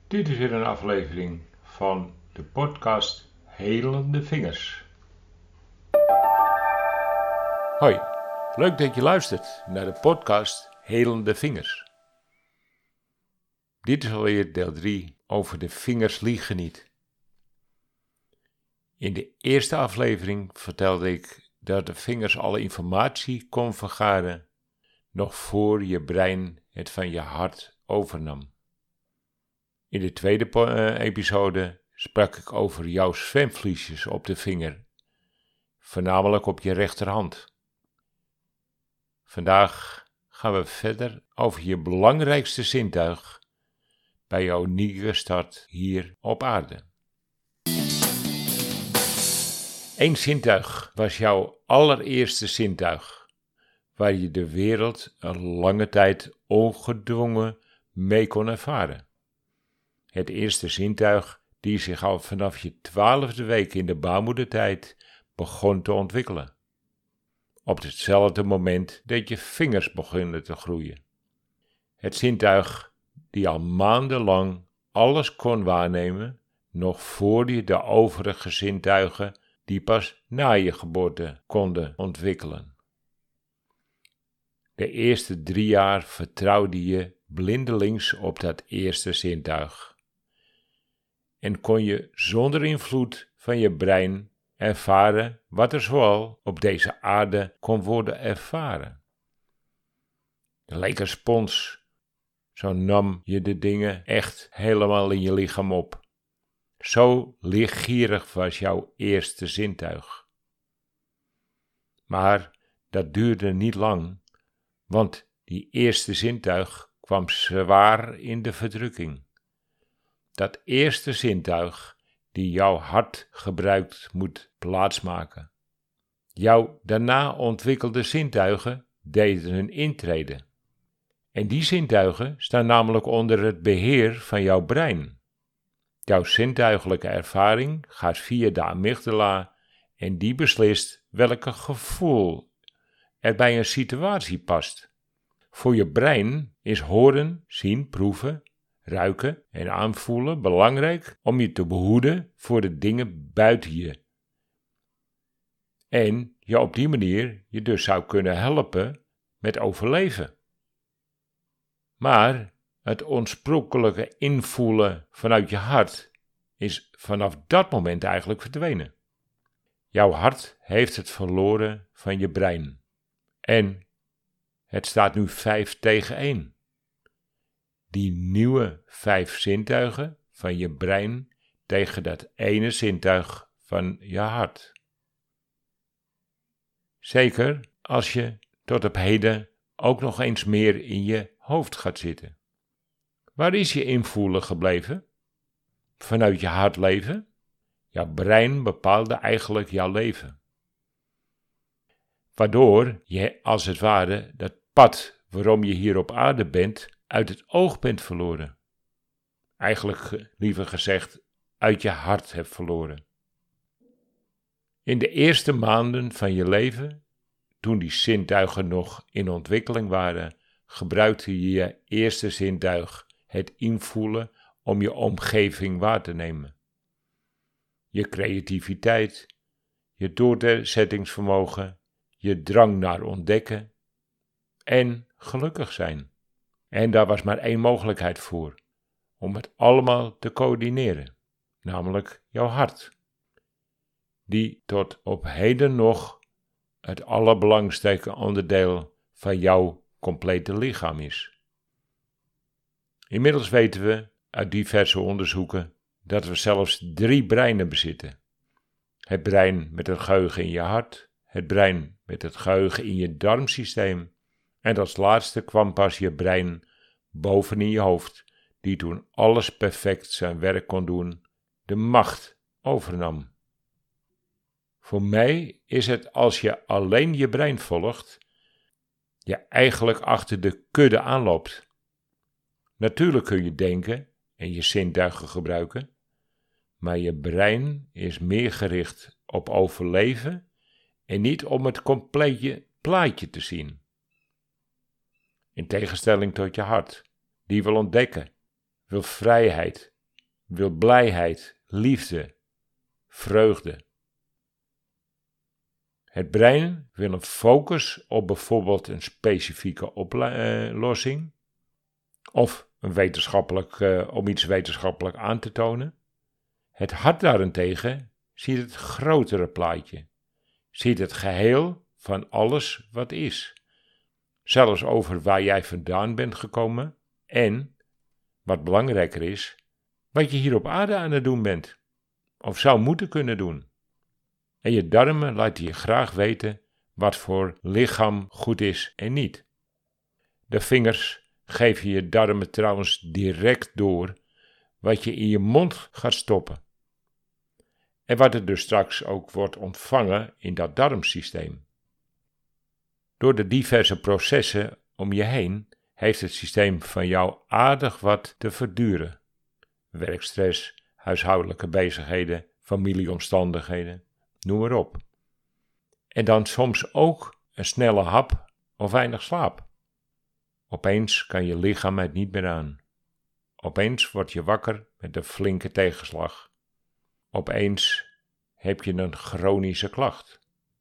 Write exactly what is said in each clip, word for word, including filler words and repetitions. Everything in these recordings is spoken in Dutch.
Dit is weer een aflevering van de podcast Helende Vingers. Hoi, leuk dat je luistert naar de podcast Helende Vingers. Dit is alweer deel drie over de vingers liegen niet. In de eerste aflevering vertelde ik dat de vingers alle informatie kon vergaren nog voor je brein het van je hart overnam. In de tweede po- uh, episode sprak ik over jouw zwemvliesjes op de vinger, voornamelijk op je rechterhand. Vandaag gaan we verder over je belangrijkste zintuig bij jouw nieuwe start hier op aarde. Eén zintuig was jouw allereerste zintuig, waar je de wereld een lange tijd ongedwongen mee kon ervaren. Het eerste zintuig die zich al vanaf je twaalfde week in de baarmoedertijd begon te ontwikkelen. Op hetzelfde moment dat je vingers begonnen te groeien. Het zintuig die al maandenlang alles kon waarnemen, nog voor je de overige zintuigen die pas na je geboorte konden ontwikkelen. De eerste drie jaar vertrouwde je blindelings op dat eerste zintuig. En kon je zonder invloed van je brein ervaren wat er zoal op deze aarde kon worden ervaren. Het leek een spons, zo nam je de dingen echt helemaal in je lichaam op. Zo lichtgierig was jouw eerste zintuig. Maar dat duurde niet lang, want die eerste zintuig kwam zwaar in de verdrukking. Dat eerste zintuig die jouw hart gebruikt moet plaatsmaken. Jouw daarna ontwikkelde zintuigen deden hun intrede. En die zintuigen staan namelijk onder het beheer van jouw brein. Jouw zintuigelijke ervaring gaat via de amygdala en die beslist welke gevoel er bij een situatie past. Voor je brein is horen, zien, proeven, ruiken en aanvoelen belangrijk om je te behoeden voor de dingen buiten je. En je op die manier je dus zou kunnen helpen met overleven. Maar het oorspronkelijke invoelen vanuit je hart is vanaf dat moment eigenlijk verdwenen. Jouw hart heeft het verloren van je brein. En het staat nu vijf tegen één. Die nieuwe vijf zintuigen van je brein tegen dat ene zintuig van je hart. Zeker als je tot op heden ook nog eens meer in je hoofd gaat zitten. Waar is je invoelen gebleven? Vanuit je hart leven? Jouw brein bepaalde eigenlijk jouw leven. Waardoor je als het ware dat pad waarom je hier op aarde bent uit het oog bent verloren. Eigenlijk liever gezegd uit je hart hebt verloren. In de eerste maanden van je leven, toen die zintuigen nog in ontwikkeling waren, gebruikte je je eerste zintuig, het invoelen, om je omgeving waar te nemen. Je creativiteit, je doorzettingsvermogen, je drang naar ontdekken en gelukkig zijn. En daar was maar één mogelijkheid voor, om het allemaal te coördineren, namelijk jouw hart, die tot op heden nog het allerbelangrijkste onderdeel van jouw complete lichaam is. Inmiddels weten we uit diverse onderzoeken dat we zelfs drie breinen bezitten. Het brein met het geheugen in je hart, het brein met het geheugen in je darmsysteem en als laatste kwam pas je brein boven in je hoofd, die toen alles perfect zijn werk kon doen, de macht overnam. Voor mij is het als je alleen je brein volgt, je eigenlijk achter de kudde aanloopt. Natuurlijk kun je denken en je zintuigen gebruiken, maar je brein is meer gericht op overleven en niet om het complete plaatje te zien. In tegenstelling tot je hart, die wil ontdekken, wil vrijheid, wil blijheid, liefde, vreugde. Het brein wil een focus op bijvoorbeeld een specifieke oplossing of een wetenschappelijk, uh, om iets wetenschappelijk aan te tonen. Het hart daarentegen ziet het grotere plaatje, ziet het geheel van alles wat is. Zelfs over waar jij vandaan bent gekomen en, wat belangrijker is, wat je hier op aarde aan het doen bent, of zou moeten kunnen doen. En je darmen laten je graag weten wat voor lichaam goed is en niet. De vingers geven je darmen trouwens direct door wat je in je mond gaat stoppen. En wat er dus straks ook wordt ontvangen in dat darmsysteem. Door de diverse processen om je heen heeft het systeem van jou aardig wat te verduren. Werkstress, huishoudelijke bezigheden, familieomstandigheden, noem maar op. En dan soms ook een snelle hap of weinig slaap. Opeens kan je lichaam het niet meer aan. Opeens word je wakker met een flinke tegenslag. Opeens heb je een chronische klacht.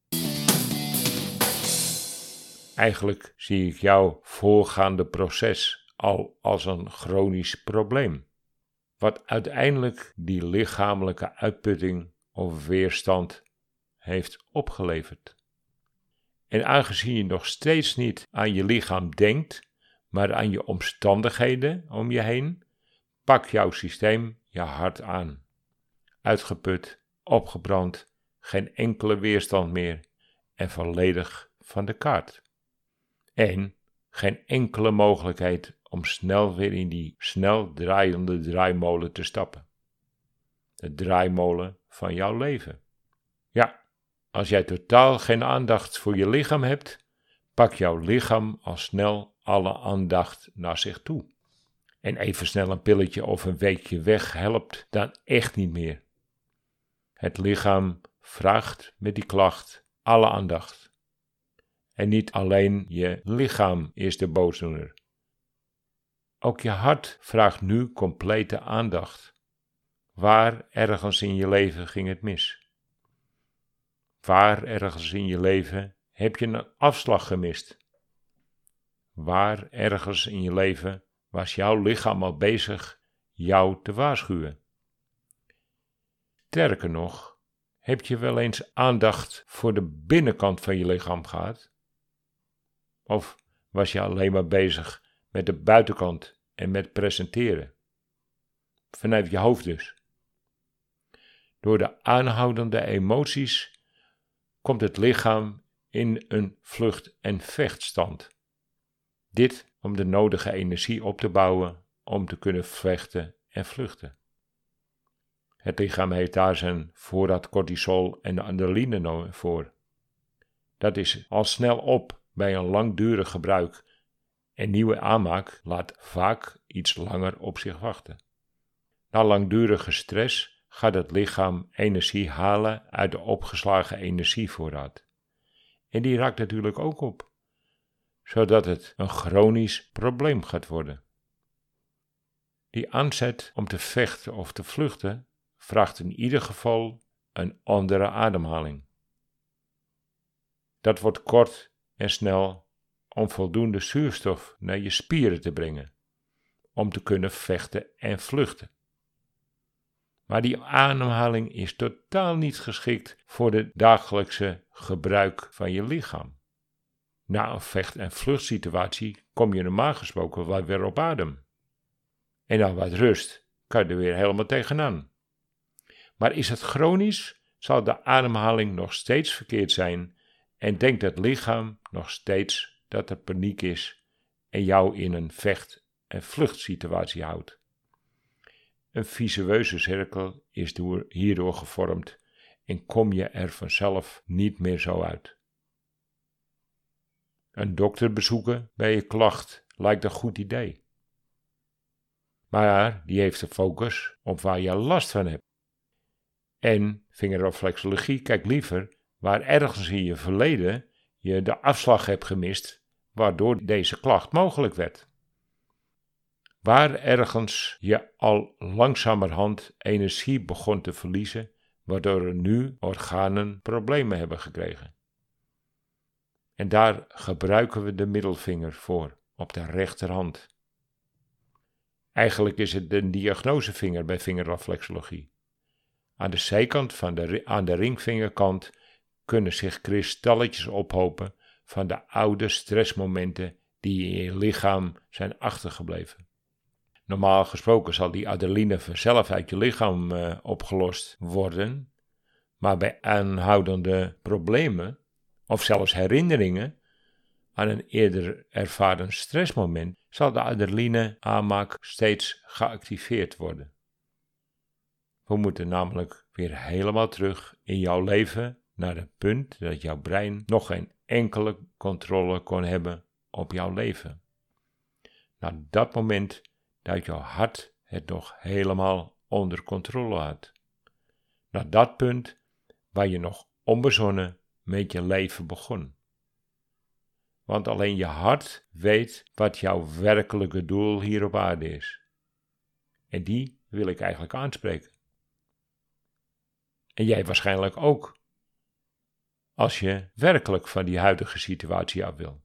Eigenlijk zie ik jouw voorgaande proces al als een chronisch probleem, wat uiteindelijk die lichamelijke uitputting of weerstand heeft opgeleverd. En aangezien je nog steeds niet aan je lichaam denkt, maar aan je omstandigheden om je heen, pak jouw systeem je hart aan. Uitgeput, opgebrand, geen enkele weerstand meer en volledig van de kaart. En geen enkele mogelijkheid om snel weer in die snel draaiende draaimolen te stappen. De draaimolen van jouw leven. Ja, als jij totaal geen aandacht voor je lichaam hebt, pak jouw lichaam al snel alle aandacht naar zich toe. En even snel een pilletje of een weekje weg helpt dan echt niet meer. Het lichaam vraagt met die klacht alle aandacht. En niet alleen je lichaam is de boosdoener. Ook je hart vraagt nu complete aandacht. Waar ergens in je leven ging het mis? Waar ergens in je leven heb je een afslag gemist? Waar ergens in je leven was jouw lichaam al bezig jou te waarschuwen? Sterker nog, heb je wel eens aandacht voor de binnenkant van je lichaam gehad? Of was je alleen maar bezig met de buitenkant en met presenteren? Vanuit je hoofd dus. Door de aanhoudende emoties komt het lichaam in een vlucht- en vechtstand. Dit om de nodige energie op te bouwen om te kunnen vechten en vluchten. Het lichaam heeft daar zijn voorraad cortisol en adrenaline voor. Dat is al snel op bij een langdurig gebruik en nieuwe aanmaak laat vaak iets langer op zich wachten. Na langdurige stress gaat het lichaam energie halen uit de opgeslagen energievoorraad. En die raakt natuurlijk ook op, zodat het een chronisch probleem gaat worden. Die aanzet om te vechten of te vluchten vraagt in ieder geval een andere ademhaling. Dat wordt kort en snel om voldoende zuurstof naar je spieren te brengen, om te kunnen vechten en vluchten. Maar die ademhaling is totaal niet geschikt voor de dagelijkse gebruik van je lichaam. Na een vecht- en vluchtsituatie kom je normaal gesproken wel weer op adem. En na wat rust kan je er weer helemaal tegenaan. Maar is het chronisch, zal de ademhaling nog steeds verkeerd zijn en denkt het lichaam nog steeds dat er paniek is en jou in een vecht- en vluchtsituatie houdt. Een visueuze cirkel is door, hierdoor gevormd en kom je er vanzelf niet meer zo uit. Een dokter bezoeken bij je klacht lijkt een goed idee. Maar die heeft de focus op waar je last van hebt. En vingerreflexologie kijkt liever waar ergens in je verleden je de afslag hebt gemist, waardoor deze klacht mogelijk werd. waar ergens je al langzamerhand energie begon te verliezen, waardoor er nu organen problemen hebben gekregen. En daar gebruiken we de middelvinger voor, op de rechterhand. Eigenlijk is het de diagnosevinger bij vingeraflexologie. Aan de zijkant van de, aan de ringvingerkant kunnen zich kristalletjes ophopen van de oude stressmomenten die in je lichaam zijn achtergebleven. Normaal gesproken zal die adrenaline vanzelf uit je lichaam uh, opgelost worden, maar bij aanhoudende problemen of zelfs herinneringen aan een eerder ervaren stressmoment zal de adrenaline aanmaak steeds geactiveerd worden. We moeten namelijk weer helemaal terug in jouw leven naar het punt dat jouw brein nog geen enkele controle kon hebben op jouw leven. Naar dat moment dat jouw hart het nog helemaal onder controle had. Naar dat punt waar je nog onbezonnen met je leven begon. Want alleen je hart weet wat jouw werkelijke doel hier op aarde is. En die wil ik eigenlijk aanspreken. En jij waarschijnlijk ook. Als je werkelijk van die huidige situatie af wil.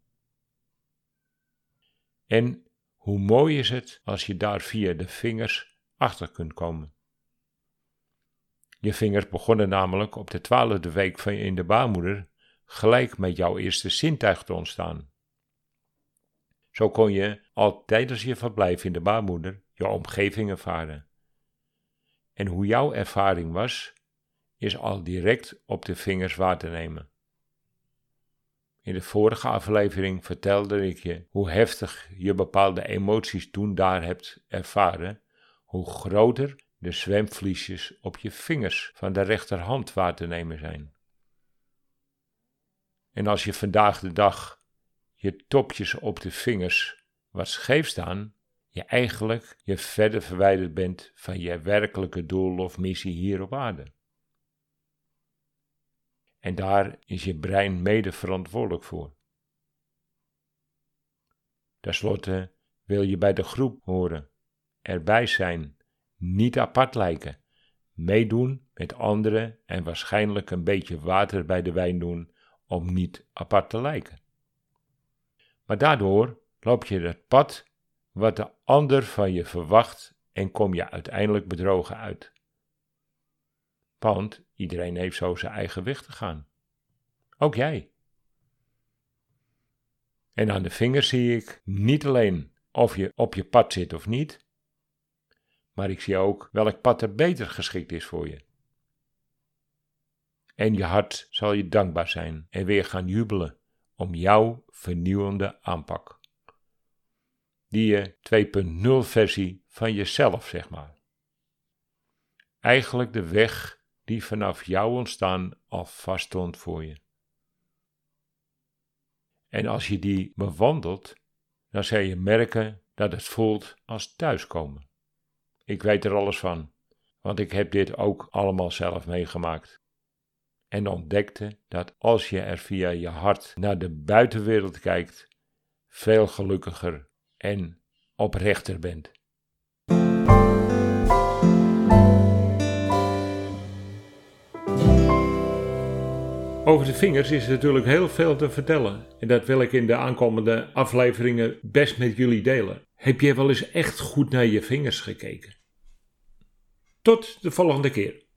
En hoe mooi is het als je daar via de vingers achter kunt komen. Je vingers begonnen namelijk op de twaalfde week van je in de baarmoeder gelijk met jouw eerste zintuig te ontstaan. Zo kon je al tijdens je verblijf in de baarmoeder je omgeving ervaren. En hoe jouw ervaring was, is al direct op de vingers waar te nemen. In de vorige aflevering vertelde ik je hoe heftig je bepaalde emoties toen daar hebt ervaren, hoe groter de zwemvliesjes op je vingers van de rechterhand waar te nemen zijn. En als je vandaag de dag je topjes op de vingers wat scheef staan, je eigenlijk je verder verwijderd bent van je werkelijke doel of missie hier op aarde. En daar is je brein mede verantwoordelijk voor. Ten slotte wil je bij de groep horen, erbij zijn, niet apart lijken, meedoen met anderen en waarschijnlijk een beetje water bij de wijn doen om niet apart te lijken. Maar daardoor loop je het pad wat de ander van je verwacht en kom je uiteindelijk bedrogen uit. Want iedereen heeft zo zijn eigen weg te gaan. Ook jij. En aan de vingers zie ik niet alleen of je op je pad zit of niet, maar ik zie ook welk pad er beter geschikt is voor je. En je hart zal je dankbaar zijn en weer gaan jubelen om jouw vernieuwende aanpak. Die je twee punt nul versie van jezelf, zeg maar. Eigenlijk de weg die vanaf jou ontstaan al vaststond voor je. En als je die bewandelt, dan zal je merken dat het voelt als thuiskomen. Ik weet er alles van, want ik heb dit ook allemaal zelf meegemaakt. En ontdekte dat als je er via je hart naar de buitenwereld kijkt, veel gelukkiger en oprechter bent. Over de vingers is natuurlijk heel veel te vertellen en dat wil ik in de aankomende afleveringen best met jullie delen. Heb je wel eens echt goed naar je vingers gekeken? Tot de volgende keer.